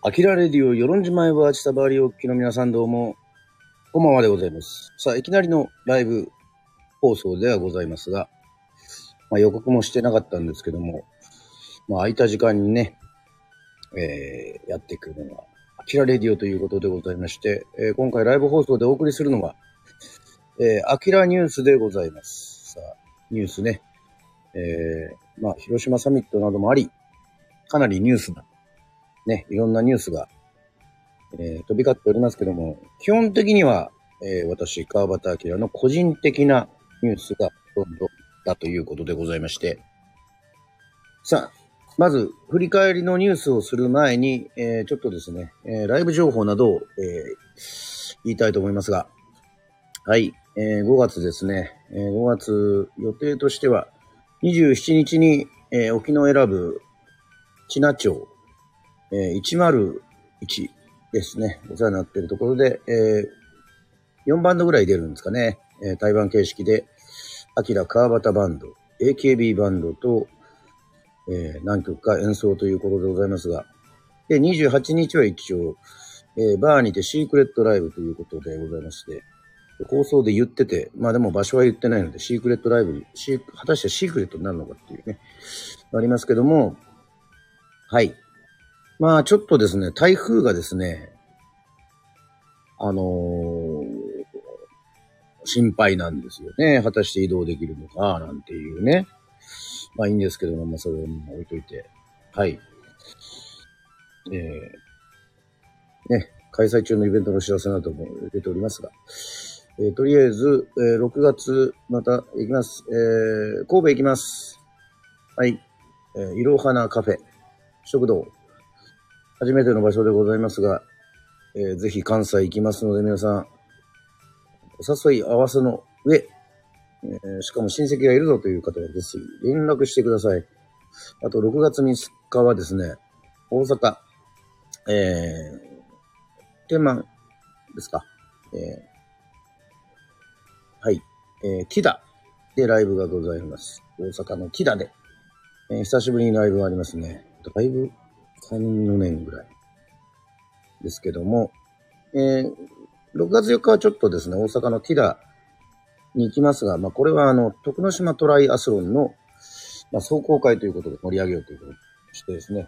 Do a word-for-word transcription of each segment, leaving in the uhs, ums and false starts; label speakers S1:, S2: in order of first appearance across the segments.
S1: アキラレディオ、与論島へはちさばりおっきの皆さんどうも、こんばんはでございます。さあ、いきなりのライブ放送ではございますが、まあ、予告もしてなかったんですけども、まあ、空いた時間にね、えー、やってくるのが、アキラレディオということでございまして、えー、今回ライブ放送でお送りするのが、えー、アキラニュースでございます。さあ、ニュースね、えー、まあ、広島サミットなどもあり、かなりニュースが、ね、いろんなニュースが、えー、飛び交っておりますけども、基本的には、えー、私、川端明の個人的なニュースがほとんどだということでございまして、さあ、まず、振り返りのニュースをする前に、えー、ちょっとですね、えー、ライブ情報などを、えー、言いたいと思いますが、はい、えー、ごがつですね、えー、ごがつ予定としては、にじゅうしちにちに、えー、沖永良部知名町、えー、いちまるいちですね、お世話になっているところで、えー、よんバンドぐらい出るんですかね、えー、対バン形式で、アキラ川端バンド、エーケービー バンドと、えー、何曲か演奏ということでございますが、で、にじゅうはちにちは一応、えー、バーにてシークレットライブということでございまして、放送で言ってて、まあでも場所は言ってないので、シークレットライブに、シー果たしてシークレットになるのかっていうね、ありますけども、はい。まあちょっとですね、台風がですね、あのー、心配なんですよね。果たして移動できるのか、なんていうね。まあいいんですけども、まあそれを置いといて。はい。えー、ね、開催中のイベントのお知らせなども出ておりますが、えー、とりあえず、えー、ろくがつまた行きます。えー、神戸行きます。はい。えー、いろはなカフェ、食堂。初めての場所でございますが、えー、ぜひ関西行きますので皆さん、お誘い合わせの上、えー、しかも親戚がいるぞという方はぜひ連絡してください。あとろくがつみっかはですね、大阪、えー、天満ですか、えー、はい、えー、木田でライブがございます。大阪の木田で、えー、久しぶりにライブがありますね。だいぶさん、よねんぐらいですけども、えー、ろくがつよっかはちょっとですね、大阪の木田に行きますが、まあ、これはあの、徳之島トライアスロンの、まあ、壮行会ということで盛り上げようということにしてですね。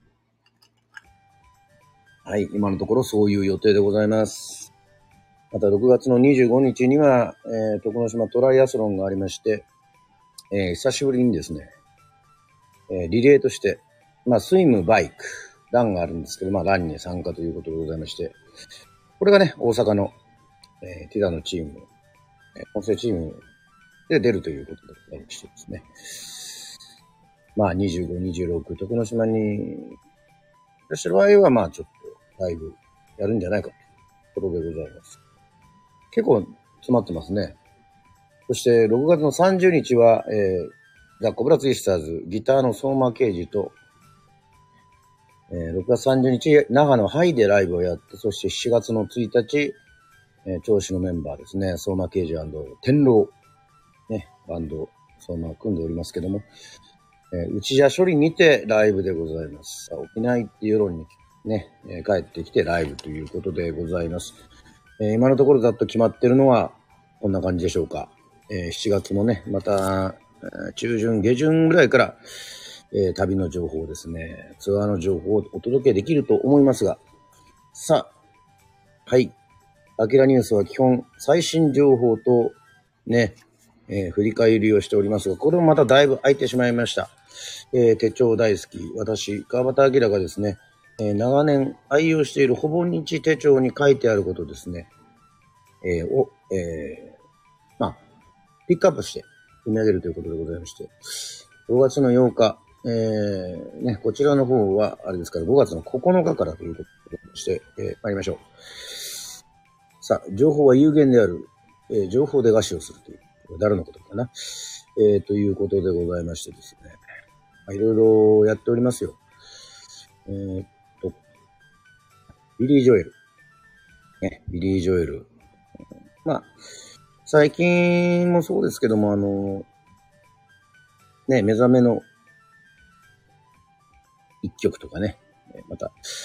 S1: はい、今のところそういう予定でございます。またろくがつのにじゅうごにちには、えー、徳之島トライアスロンがありまして、えー、久しぶりにですね、えー、リレーとして、まあ、スイム、バイク、ランがあるんですけど、まあ、ランに参加ということでございまして、これがね、大阪の、えー、ティダのチーム、えー、音声チームで出るということでございましてですね。まあ、にじゅうご、にじゅうろく、徳之島にいらっしゃる場合は、まあ、ちょっと、ライブやるんじゃないかということでございます。結構、詰まってますね。そして、ろくがつのさんじゅうにちは、えー、ザ・コブラツイスターズ、ギターの相馬啓二と、えー、ろくがつさんじゅうにち、長野ハイでライブをやって、そしてしちがつのついたち、えー、調子のメンバーですね、相馬啓二&天狼、ね、バンド、相馬を組んでおりますけども、えー、内社処理にてライブでございます。沖縄行って世論にね、えー、帰ってきてライブということでございます。えー、今のところざっと決まってるのは、こんな感じでしょうか。えー、しちがつもね、また、中旬、下旬ぐらいから、えー、旅の情報ですね、ツアーの情報をお届けできると思いますが、さあ、はい。アキラニュースは基本、最新情報と、ね、えー、振り返りをしておりますが、これもまただいぶ空いてしまいました。えー、手帳大好き、私、川端明がですね、えー、長年愛用しているほぼ日手帳に書いてあることですね、えー、を、えー、まあ、ピックアップして読み上げるということでございまして、ごがつのようか、えー、ね、こちらの方は、あれですからごがつのここのかからということでして、えー、参りましょう。さあ、情報は有限である、えー、情報で餓死をするという、誰のことかな、えー、ということでございましてですね、まあ、いろいろやっておりますよ。えー、っと、ビリー・ジョエル。ね、ビリー・ジョエル。まあ、最近もそうですけども、あの、ね、目覚めの一曲とかね、また、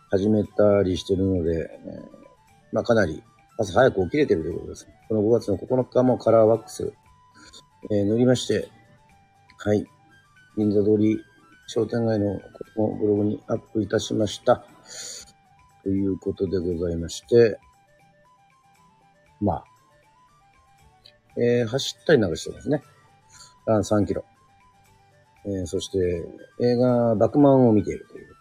S1: 始めたりしてるので、えー、まあかなり朝早く起きれてるということです。このごがつのここのかもカラーワックス、えー、塗りまして、はい。銀座通り商店街のこのブログにアップいたしました。ということでございまして、まあ、えー、走ったりなんかしてますね。ランさんキロ。えー、そして、映画、バクマンを見ているという。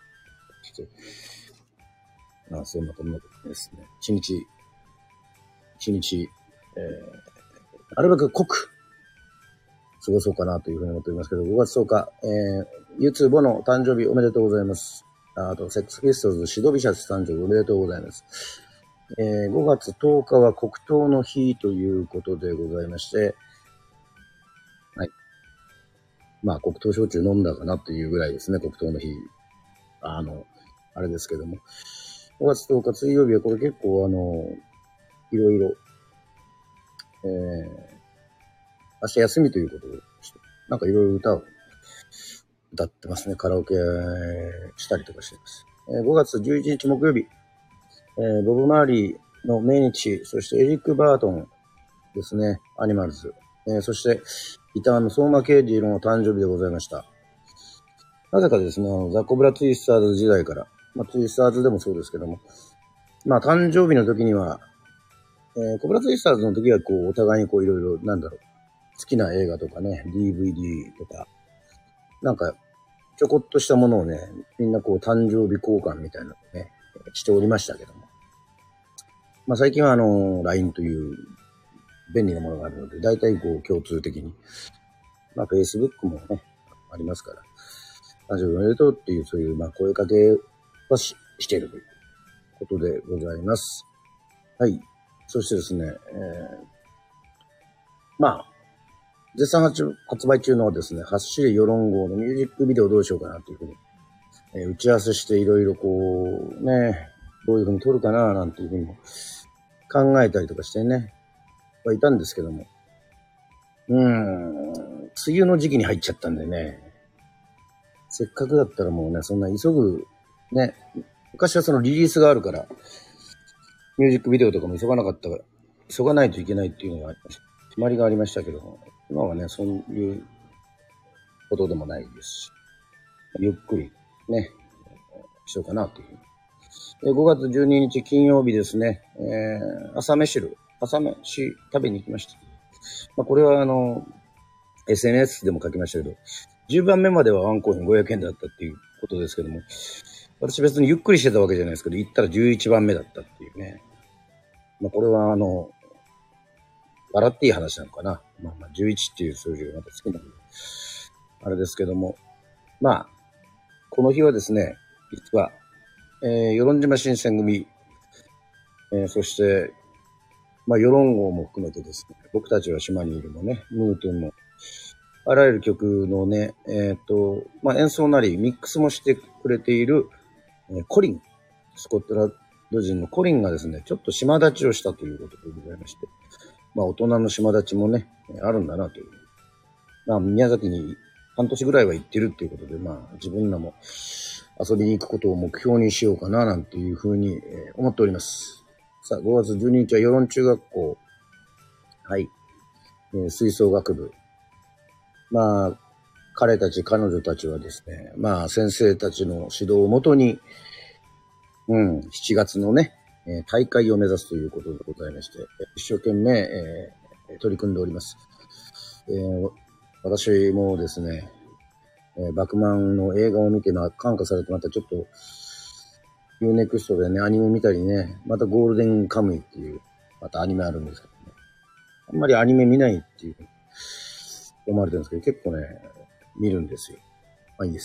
S1: あ、そんなこんなことですね。一日、一日、えー、なるべく濃く過ごそうかなというふうに思っておりますけど、ごがつとおか、えー、YouTube の誕生日おめでとうございます。あと、セックスピストルズ、シドビシャス誕生日おめでとうございます。えー、ごがつとおかは黒糖の日ということでございまして、はい。まあ、黒糖焼酎飲んだかなというぐらいですね、黒糖の日。あの、あれですけども。ごがつとおか水曜日はこれ結構あの、いろいろ、えー、明日休みということで、なんかいろいろ歌を歌ってますね。カラオケしたりとかしてます。えー、ごがつじゅういちにち木曜日、えー、ボブ・マーリーの命日、そしてエリック・バートンですね、アニマルズ。えー、そして、ギターの相馬圭司の誕生日でございました。なぜかですね、あのザ・コブラ・ツイスターズ時代から、まあ、ツイスターズでもそうですけども、まあ、誕生日の時には、えー、コブラ・ツイスターズの時は、こう、お互いにこう、いろいろ、なんだろう、好きな映画とかね、ディーブイディー とか、なんか、ちょこっとしたものをね、みんなこう、誕生日交換みたいなのをね、しておりましたけども。まあ、最近はあの、ライン という便利なものがあるので、大体こう、共通的に、まあ、Facebook もね、ありますから、誕生日おめでとうっていう、そういう、まあ、声かけは し, しているということでございます。はい。そしてですね、えー、まあ、絶賛 発, 発売中のですね、走れ世論号のミュージックビデオどうしようかなというふうに、えー、打ち合わせしていろいろこう、ね、どういうふうに撮るかななんていうふうにも考えたりとかしてね、はいたんですけども、うーん、梅雨の時期に入っちゃったんでね、せっかくだったらもうね、そんな急ぐ、ね、昔はそのリリースがあるから、ミュージックビデオとかも急がなかったから、急がないといけないっていうのがありました。決まりがありましたけども、今はね、そういうことでもないですし、ゆっくりね、しようかなというふうに。ごがつじゅうににち金曜日ですね、えー、朝飯る、朝飯食べに行きました。まあ、これはあの、エスエヌエス でも書きましたけど、じゅうばんめまではワンコインごひゃくえんだったっていうことですけども、私別にゆっくりしてたわけじゃないですけど、行ったらじゅういちばんめだったっていうね。まあ、これはあの、笑っていい話なのかな。まあまあ、じゅういちっていう数字がまた好きなので、あれですけども、まあ、この日はですね、実は、えー、与論島新選組、えー、そして、まあ、与論号も含めてですね、僕たちは島にいるもね、ムートンも、あらゆる曲のね、えっと、まあ、演奏なり、ミックスもしてくれている、えー、コリン、スコットランド人のコリンがですね、ちょっと島立ちをしたということでございまして、まあ、大人の島立ちもね、あるんだなという。まあ、宮崎に半年ぐらいは行ってるっていうことで、まあ、自分らも遊びに行くことを目標にしようかな、なんていうふうに思っております。さあ、ごがつじゅうににちは与論中学校、はい、えー、吹奏楽部。まあ、彼たち、彼女たちはですね、まあ、先生たちの指導をもとに、うん、しちがつのね、えー、大会を目指すということでございまして、一生懸命、えー、取り組んでおります。えー、私もですね、えー、バクマンの映画を見て、まあ、感化されて、またちょっと、ユーネクストでね、アニメ見たりね、またゴールデンカムイっていう、またアニメあるんですけどね。あんまりアニメ見ないっていう、思われてるんですけど、結構ね、見るんですよ。まあいいです。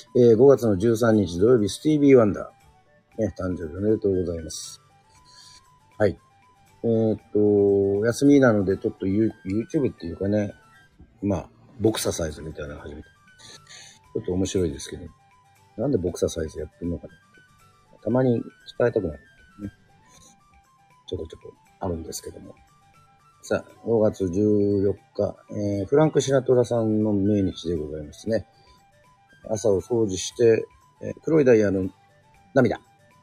S1: えー、ごがつのじゅうさんにち土曜日、スティービー・ワンダー。ね、誕生日おめでとうございます。はい。えー、っと、休みなので、ちょっと YouTube っていうかね、まあ、ボクササイズみたいなの始めて、ちょっと面白いですけど、なんでボクササイズやってるのかな。たまに鍛えたくなる、ね。ちょこちょこあるんですけども。さあ、ごがつじゅうよっか、えー、フランク・シナトラさんの命日でございますね。朝を掃除して、えー、黒いダイヤの涙。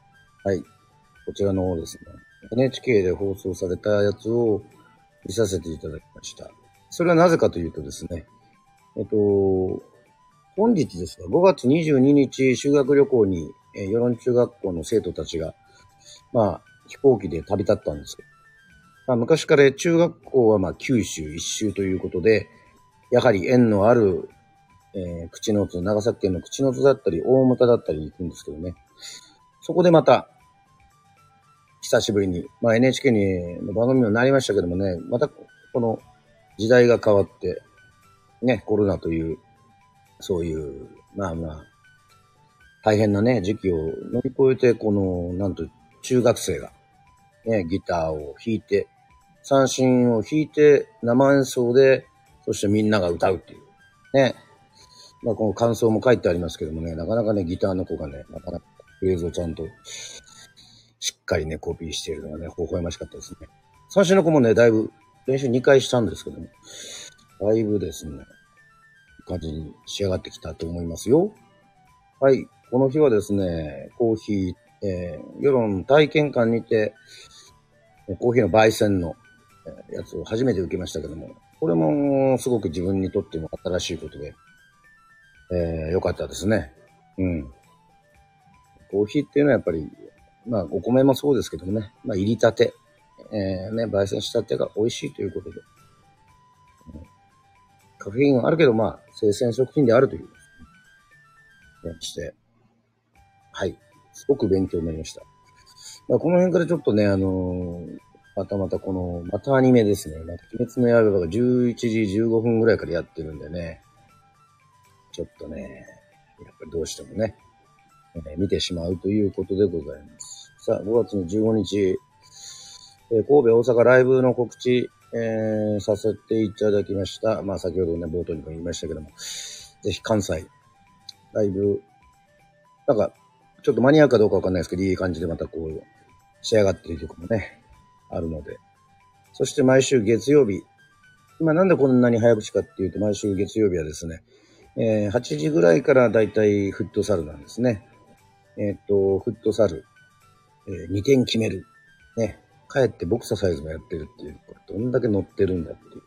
S1: はい。こちらの方ですね。エヌエイチケー で放送されたやつを見させていただきました。それはなぜかというとですね、えっと、本日ですが、ごがつにじゅうににち修学旅行に、えー、与論中学校の生徒たちが、まあ、飛行機で旅立ったんですけど、まあ、昔から中学校はまあ九州一周ということで、やはり縁のある、えー、口の津、長崎県の口の津だったり、大牟田だったりに行くんですけどね。そこでまた、久しぶりに、まあ エヌエイチケー にの番組になりましたけどもね、またこの時代が変わって、ね、コロナという、そういう、まあまあ、大変なね、時期を乗り越えて、この、なんと、中学生が、ね、ギターを弾いて、三振を弾いて、生演奏で、そしてみんなが歌うっていう。ね。まあ、この感想も書いてありますけどもね、なかなかね、ギターの子がね、なかなかフレーズをちゃんと、しっかりね、コピーしているのがね、微笑ましかったですね。三振の子もね、だいぶ練習にかいしたんですけども、だいぶですね、感じに仕上がってきたと思いますよ。はい。この日はですね、コーヒー、えー、世論体験館にて、コーヒーの焙煎のやつを初めて受けましたけども、これもすごく自分にとっても新しいことで、えー、良かったですね。うん。コーヒーっていうのはやっぱり、まあお米もそうですけどもね、まあ入りたて、えー、ね、焙煎したてが美味しいということで、うん、カフェインはあるけど、まあ生鮮食品であるという、ね、して、はい。すごく勉強になりました。まあ、この辺からちょっとね、あのー、またまたこの、またアニメですね。また鬼滅の刃がじゅういちじじゅうごふんぐらいからやってるんでね、ちょっとね、やっぱりどうしてもね、えー見てしまうということでございます。さあ、ごがつのじゅうごにち、えー神戸、大阪ライブの告知、えーさせていただきました。まあ、先ほどね、冒頭にも言いましたけども、ぜひ関西、ライブ、なんか、ちょっと間に合うかどうかわかんないですけど、いい感じでまたこう、仕上がっている曲もね、あるので。そして毎週月曜日、今なんでこんなに早口かっていうと、毎週月曜日はですね、えー、はちじぐらいからだいたいフットサルなんですね。えーっと、フットサル、えー、にてん決める。ね。帰ってボクササイズもやってるっていう、これどんだけ乗ってるんだっていうね。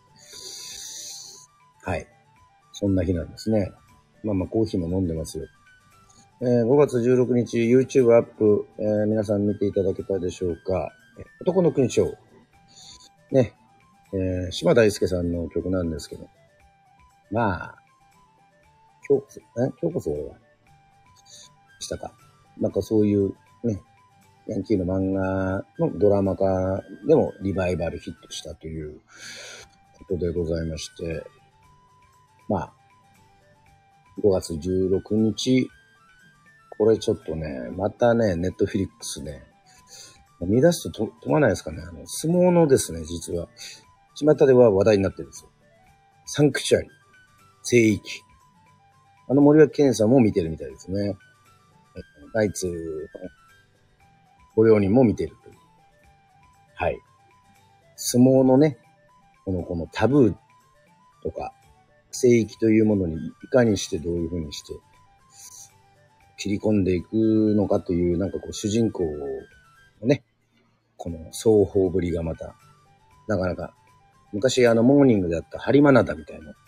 S1: はい。そんな日なんですね。まあまあコーヒーも飲んでますよ。えー、ごがつじゅうろくにち YouTube アップ、えー、皆さん見ていただけたでしょうか。男の勲章。ね。えー、島大輔さんの曲なんですけど。まあ、今日こそ、え今日こそ俺は、したか。なんかそういうね、ヤンキーの漫画のドラマ化でもリバイバルヒットしたということでございまして、まあ、ごがつじゅうろくにち、これちょっとね、またね、ネットフィリックスね、見出すと止まないですかね。あの、相撲のですね、実は、巷では話題になってるんですよ。サンクチュアリ、聖域。あの森脇健さんも見てるみたいですね。ナイツのご両人も見てるという。はい。相撲のね、この、このタブーとか、聖域というものにいかにしてどういうふうにして切り込んでいくのかという、なんかこう主人公のね、この双方ぶりがまた、なかなか、昔あのモーニングであったハリマナダみたいな、ね、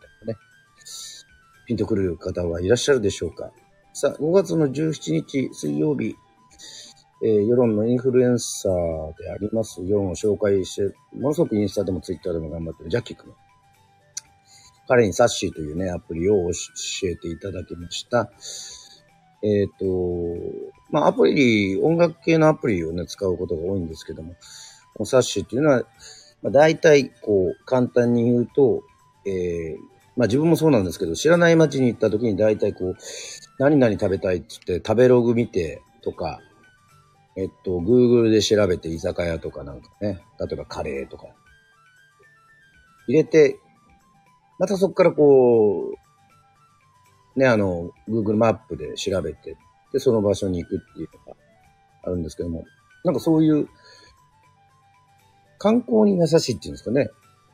S1: ピンとくる方はいらっしゃるでしょうか。さあ、ごがつのじゅうしちにち水曜日、えー、世論のインフルエンサーであります世論を紹介して、ものすごくインスタでもツイッターでも頑張ってるジャッキー君。彼にサッシーというね、アプリを教えていただきました。えっと、まあ、アプリ、音楽系のアプリをね、使うことが多いんですけども、このサッシーっていうのは、まあ、大体、こう、簡単に言うと、えー、まあ自分もそうなんですけど、知らない街に行った時に大体こう、何々食べたいって言って、食べログ見てとか、えっと、Google で調べて居酒屋とかなんかね、例えばカレーとか、入れて、またそこからこう、ね、あの、Google マップで調べて、で、その場所に行くっていうのがあるんですけども、なんかそういう観光に優しいっていうんですかね。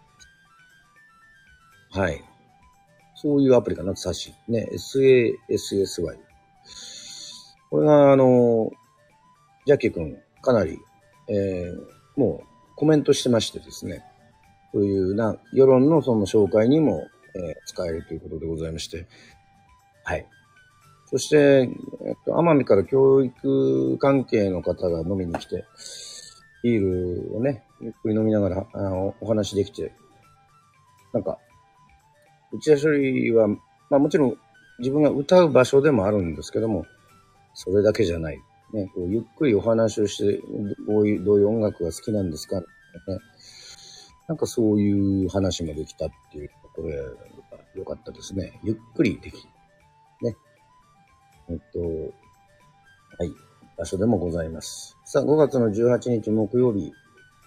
S1: はい。そういうアプリかな、サッシー。ね、サッシー。これが、あの、 ジャッキー君、かなり、えー、もうコメントしてましてですね、そういうな、世論のその紹介にも、えー、使えるということでございまして、はい。そして、えっと、奄美から教育関係の方が飲みに来て、ビールをね、ゆっくり飲みながら、あの、お話できて、なんか、内田処理は、まあもちろん自分が歌う場所でもあるんですけども、それだけじゃない。ね、こうゆっくりお話をして、どういう、どういう音楽が好きなんですか、ね、なんかそういう話もできたっていう、これ、良かったですね。ゆっくりでき、ね。えっと、はい、場所でもございます。さあ、ごがつのじゅうはちにち木曜日、えっ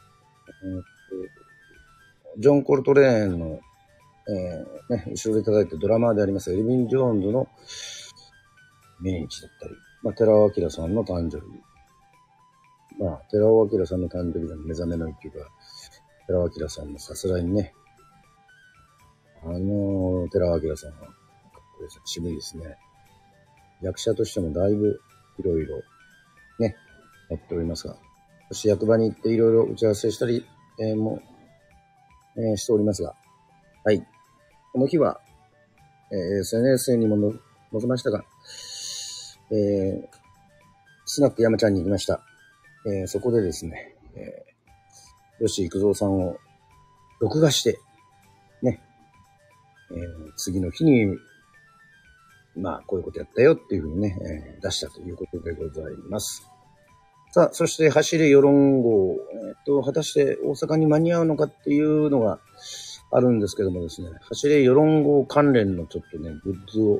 S1: と、ジョン・コルトレーンの、えー、ね、後ろで叩いてドラマーでありますエルヴィン・ジョーンズの命日だったり、まあ、寺尾明さんの誕生日。まあ、寺尾明さんの誕生日の目覚めの一曲は、寺尾明さんもさすがにね、あの、寺尾明さんは、渋いですね。役者としてもだいぶいろいろね、やっておりますが、そして役場に行っていろいろ打ち合わせしたり、えー、も、えー、しておりますが、はい。この日は、えー、エスエヌエス にもの載せましたが、えー、スナック山ちゃんに行きました。えー、そこでですね、えー、吉幾三さんを録画して、ね、えー、次の日に、まあ、こういうことやったよっていうふうにね、えー、出したということでございます。さあ、そして走れ世論号、えっと、果たして大阪に間に合うのかっていうのがあるんですけどもですね、走れ世論号関連のちょっとね、グッズを、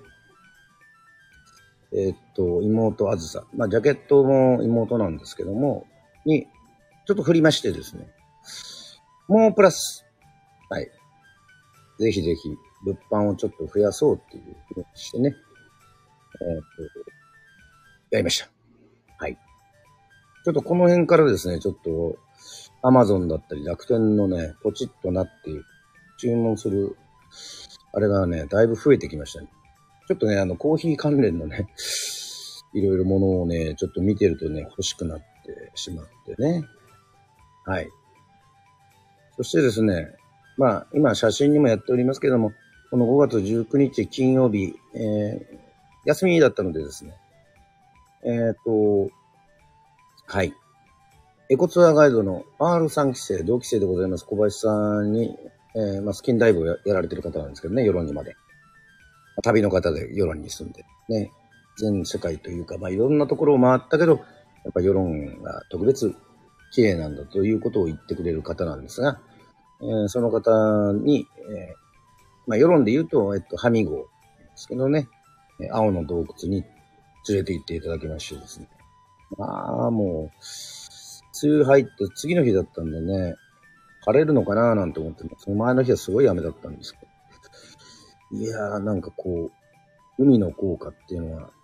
S1: えっと、妹あずさ、まあ、ジャケットも妹なんですけども、に、ちょっと振りましてですね、もうプラス、はい。ぜひぜひ、物販をちょっと増やそうっていうふうにしてね、えっと、やりました。はい。ちょっとこの辺からですね、ちょっと、アマゾンだったり楽天のね、ポチッとなって、注文する、あれがね、だいぶ増えてきましたね。ちょっとね、あの、コーヒー関連のね、いろいろものをね、ちょっと見てるとね、欲しくなってしまってね。はい。そしてですね、まあ、今写真にもやっておりますけども、このごがつじゅうくにち金曜日、えー、休みだったのでですね、えっと、はい。エコツアーガイドの アールさん 期生、同期生でございます小林さんに、えー、まあ、スキンダイブを や, やられてる方なんですけどね、世論にまで。旅の方で世論に住んで、ね、全世界というか、まあ、いろんなところを回ったけど、やっぱ世論が特別綺麗なんだということを言ってくれる方なんですが、えー、その方に、えー、まあ、世論で言うと、えっと、ハミ号ですけどね、青の洞窟に連れて行っていただきましてですね。まあ、もう、梅雨入って次の日だったんでね、晴れるのかななんて思って、その前の日はすごい雨だったんですけど。いやー、なんかこう、海の効果っていうのは、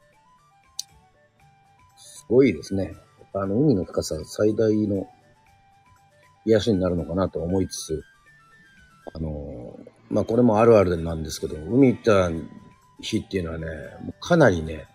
S1: すごいですね。あの、海の深さ最大の癒しになるのかなと思いつつ、あのー、まあ、これもあるあるなんですけど、海行った日っていうのはね、もうかなりね、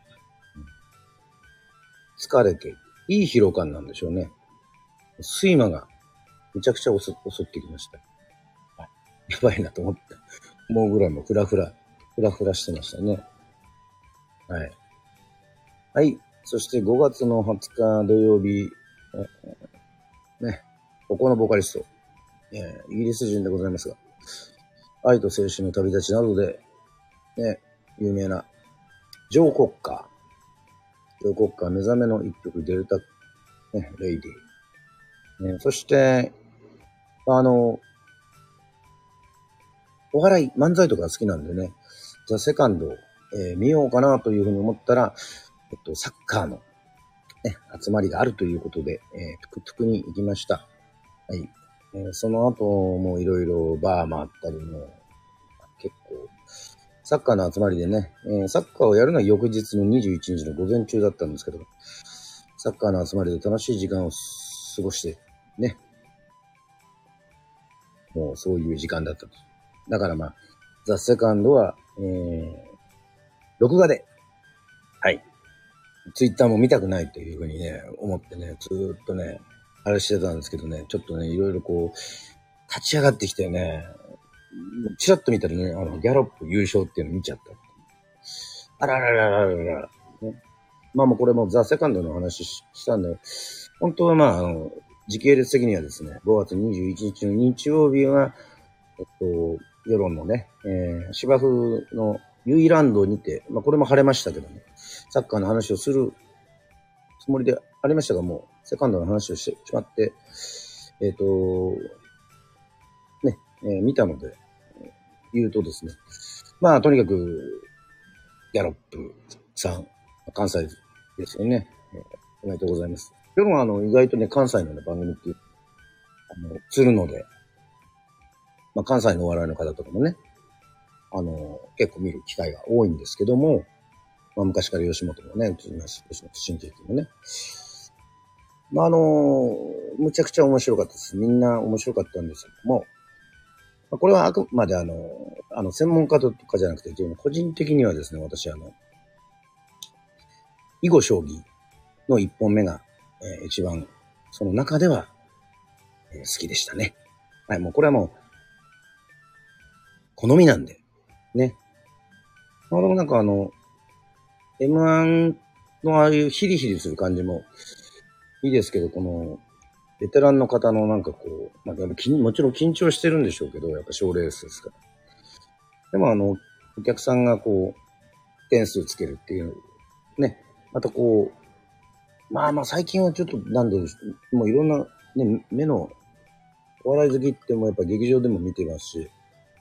S1: 疲れて、いい疲労感なんでしょうね。睡魔がめちゃくちゃ襲ってきました。やばいなと思って。もうぐらいもフラフラ、フラフラしてましたね。はい。はい。そしてごがつのはつか土曜日、ね、ここのボーカリスト、えー、イギリス人でございますが、愛と青春の旅立ちなどで、ね、有名なジョー・コッカー、ジョー・コッカー目覚めの一曲デルタ、ね、レイディ、ね、そして、あの、お笑い、漫才とか好きなんでね、ザ・セカンドを、えー、見ようかなというふうに思ったら、えっと、サッカーの、ね、集まりがあるということで、えー、トゥクトゥクに行きました。はい。えー、その後もいろいろバー回ったりも、結構、サッカーの集まりでね、えー、サッカーをやるのは翌日のにじゅういちにちの午前中だったんですけど、サッカーの集まりで楽しい時間を過ごして、ね、もうそういう時間だったと。だからまあ、ザ・セカンドは、えー、録画で、はい、 ツイッターも見たくないというふうにね、思ってね、ずーっとね、あれしてたんですけどね、ちょっとね、いろいろこう、立ち上がってきてね、チラッと見たらね、あの、ギャロップ優勝っていうの見ちゃった。あららららららら。ね、まあもうこれもザ・セカンドの話したんで、本当はまあ、あの、時系列的にはですね、ごがつにじゅういちにちの日曜日は、えっと、世論のね、えー、芝生のユイランドにて、まあこれも晴れましたけどね、サッカーの話をするつもりでありましたが、もう、セカンドの話をしてしまって、えっと、ね、えー見たので、言うとですね、まあとにかく、ギャロップさん、関西ですよね。えーおめでとうございます。でもあの、意外とね、関西の、ね、番組っていう、あの、するので、まあ、関西のお笑いの方とかもね、あの、結構見る機会が多いんですけども、まあ、昔から吉本もね、映ります。吉本新喜劇もね。まあ、あの、むちゃくちゃ面白かったです。みんな面白かったんですけども、まあ、これはあくまであの、あの、専門家とかじゃなくて、個人的にはですね、私あの、囲碁将棋の一本目が、えー一番、その中では、えー好きでしたね。はい、もうこれはもう、好みなんで、ね。まあ、でもなんかあの、エムワン のああいうヒリヒリする感じもいいですけど、この、ベテランの方のなんかこう、まあ、やっぱきもちろん緊張してるんでしょうけど、やっぱ賞レースですから。でもあの、お客さんがこう、点数つけるっていう、ね。またこう、まあまあ最近はちょっとなんで、もういろんな、ね、目のお笑い好きってもやっぱ劇場でも見てますし、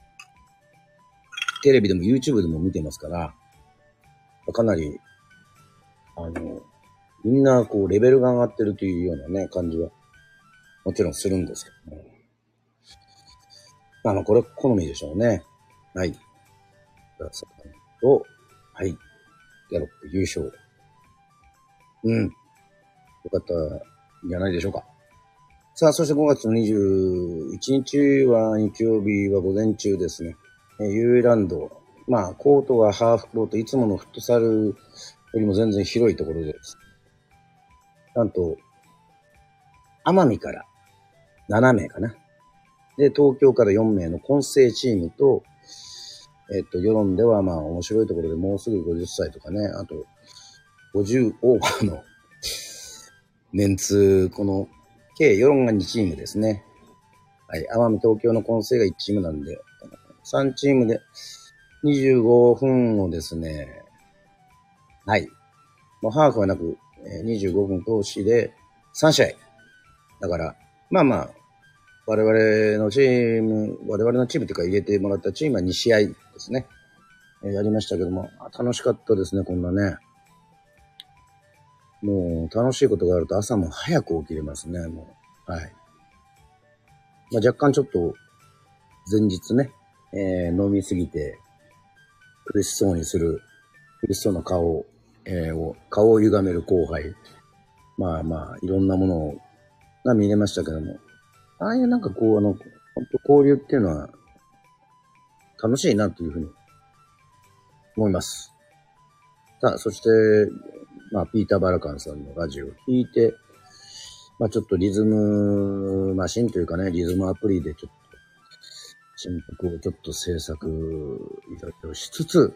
S1: テレビでも YouTube でも見てますから、かなり、あの、みんなこうレベルが上がってるというようなね、感じはもちろんするんですけども。まあまあこれ好みでしょうね。はい。と、はい。ギャロップ優勝。うん。よかったんじゃないでしょうか。さあ、そしてごがつのにじゅういちにちは日曜日は午前中ですね。えーユーランド。まあ、コートはハーフコート、いつものフットサルよりも全然広いところです。なんと、奄美からななめいかな。で、東京からよんめいの混成チームと、えっと、世論ではまあ面白いところでもうすぐごじゅっさいとかね、あとごじゅうオーバーのメンツ、この計世論がにチームですね。はい、奄美東京の混成がいちチームなんで、さんチームでにじゅうごふんをですね、はい、もうハーフはなく、えーにじゅうごふん通しでさんしあい。だから、まあまあ、我々のチーム、我々のチームというか入れてもらったチームはにしあいですね。えーやりましたけども、あ楽しかったですね、こんなね。もう楽しいことがあると朝も早く起きれますね、もう。はい。まあ、若干ちょっと前日ね、えー飲みすぎて苦しそうにする、苦しそうな顔を、えーを顔を歪める後輩。まあまあ、いろんなものが見れましたけども、ああいうなんかこう、あの、本当交流っていうのは楽しいなというふうに思います。さあ、そして、まあ、ピーター・バラカンさんのラジオを聞いて、まあちょっとリズムマシンというかね、リズムアプリでちょっと、新曲をちょっと制作いろいろしつつ、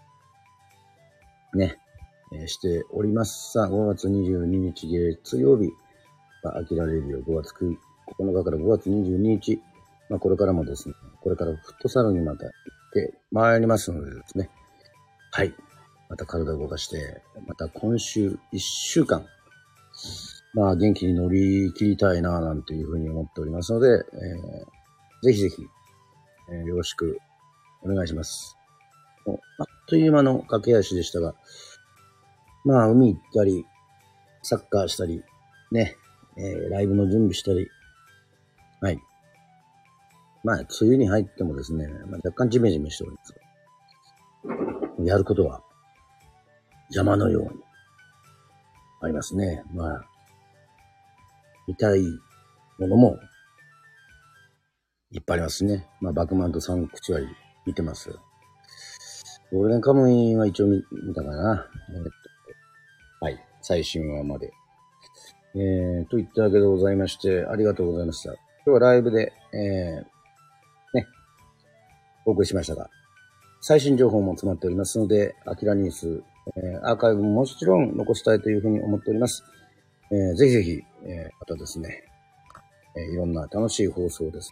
S1: ね、えーしております。さあ、ごがつにじゅうににち月曜日、まあ、アキラレディオごがつここのかからごがつにじゅうににち、まあこれからもですね、これからフットサルにまた行って参りますのでですね、はい。また体を動かして、また今週いっしゅうかん、まあ元気に乗り切りたいななんていうふうに思っておりますので、えー、ぜひぜひ、えーよろしくお願いします。もうあっという間の駆け足でしたが、まあ海行ったり、サッカーしたり、ね、えーライブの準備したり、はい。まあ梅雨に入ってもですね、まあ、若干ジメジメしております。やることは邪魔のようにありますね。まあ、見たいものもいっぱいありますね。まあ、バクマンとサンクチュアリ見てます。ゴールデンカムイは一応見見たかな。えーっと、 はい。最新話まで。えー、といったわけでございまして、ありがとうございました。今日はライブで、えー、ね、お送りしましたが、最新情報も詰まっておりますので、アキラニュース、えー、アーカイブももちろん残したいというふうに思っております。えー、ぜひぜひ、えー、またですね、えー、いろんな楽しい放送です。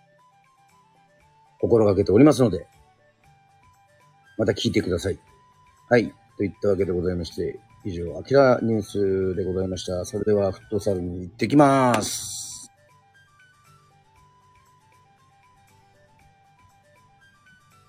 S1: 心がけておりますので、また聞いてください。はい。といったわけでございまして、以上、アキラニュースでございました。それでは、フットサルに行ってきます。